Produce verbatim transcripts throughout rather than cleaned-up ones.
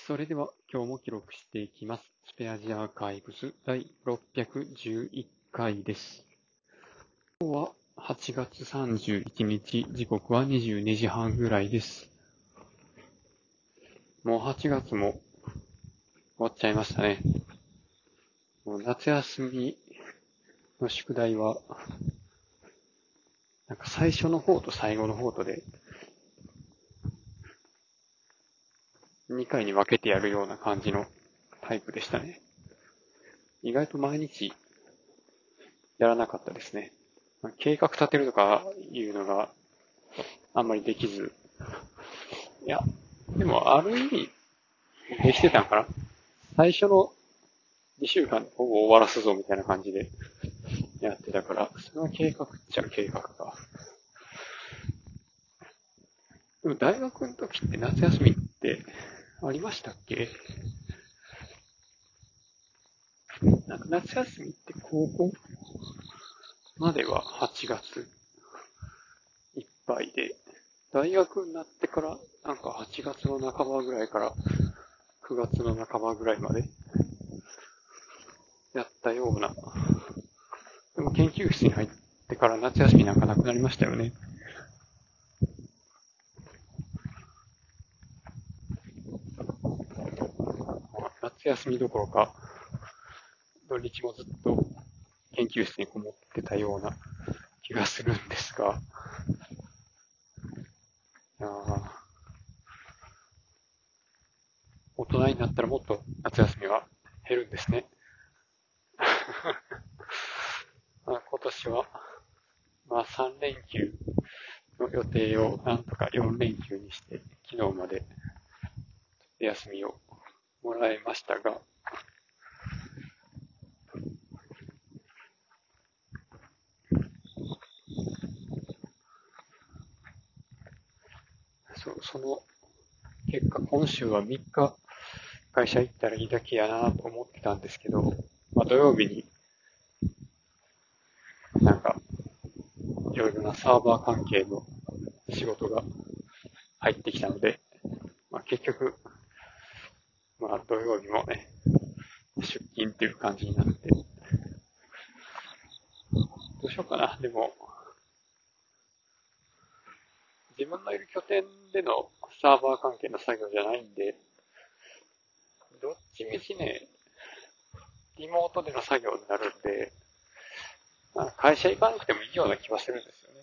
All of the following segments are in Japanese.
それでは今日も記録していきます。スペアジアーカイブス第ろっぴゃくじゅういっかいです。今日ははちがつさんじゅういちにち、時刻はにじゅうにじはんぐらいです。もうはちがつも終わっちゃいましたね。もう夏休みの宿題は、なんか最初の方と最後の方とで、にかいに分けてやるような感じのタイプでしたね。意外と毎日やらなかったですね。計画立てるとかいうのがあんまりできず。いや、でもある意味できてたんかな。最初のにしゅうかんでほぼ終わらすぞみたいな感じでやってたから、それは計画っちゃ計画か。でも大学の時って夏休みってありましたっけ？なんか夏休みって高校までははちがついっぱいで、大学になってからなんかはちがつの半ばぐらいからくがつの半ばぐらいまでやったような。でも研究室に入ってから夏休みなんかなくなりましたよね。夏休みどころか、土日もずっと研究室にこもってたような気がするんですが、いや大人になったらもっと夏休みは減るんですね。今年は、まあさんれんきゅうの予定をなんとかよんれんきゅうにして、昨日まで休みをもらいましたが、そその結果、今週はみっか会社行ったらいいだけやなと思ってたんですけど、まあ土曜日になんかいろいろなサーバー関係の仕事が入ってきたので、まあ結局、まあ土曜日もね、出勤っていう感じになって、どうしようかな。でも、自分のいる拠点でのサーバー関係の作業じゃないんで、どっちみちね、リモートでの作業になるんで、まあ、会社行かなくてもいいような気はするんですよね。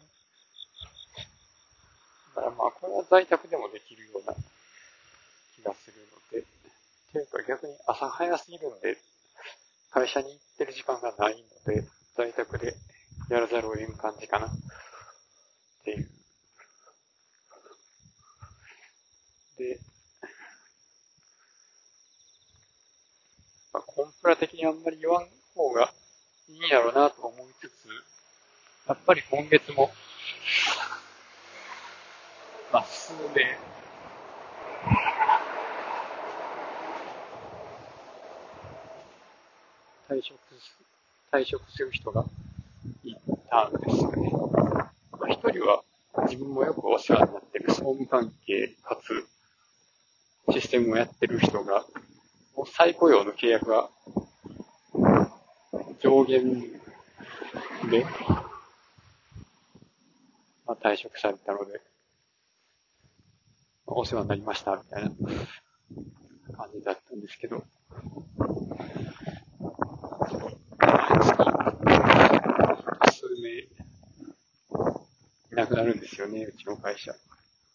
だからまあ、これは在宅でもできるような気がするので、ていうか逆に朝早すぎるんで、会社に行ってる時間がないので、在宅でやらざるを得ん感じかなっていう。で、まあ、コンプラ的にあんまり言わん方がいいんやろうなと思いつつ、やっぱり今月も、まあ、数名、退職す、退職する人がいたんですよね。まあ、一人は自分もよくお世話になってる総務関係かつシステムをやってる人が、もう再雇用の契約が上限で、まあ、退職されたので、お世話になりましたみたいな感じだったんですけど、数名いなくなるんですよね、うちの会社。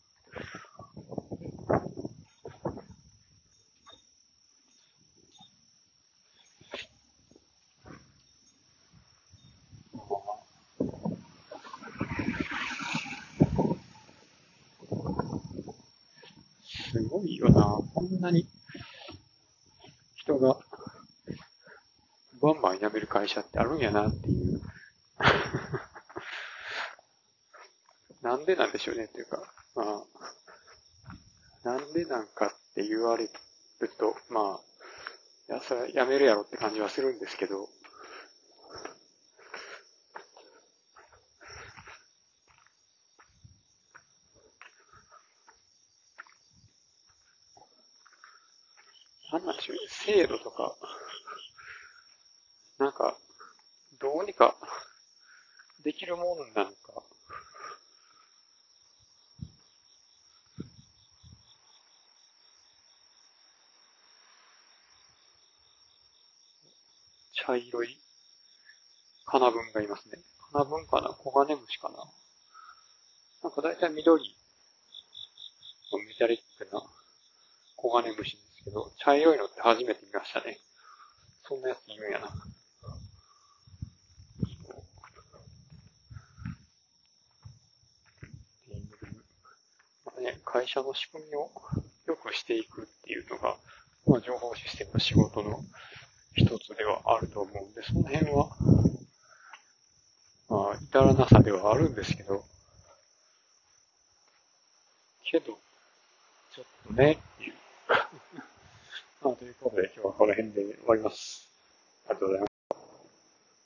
すごいよな。こんなに人がバンバン辞める会社ってあるんやなっていう。なんでなんでしょうねっていうか、まあ、なんでなんかって言われると、まあ、いや、それは辞めるやろって感じはするんですけど、 なんなんでしょうね、精度とか、なんか、どうにかできるもんなのか、茶色いカナブンがいますね。カナブンかな、コガネムシかな。なんか大体緑のメタリックなコガネムシですけど、茶色いのって初めて見ましたね。そんなやついるんやな。まあね、会社の仕組みを良くしていくっていうのが、まあ、情報システムの仕事の一つではあると思うんで、その辺は、まあ、至らなさではあるんですけど、けど、ちょっとね、っていう。まあ、ということで今日はこの辺で終わります。ありがとうございます。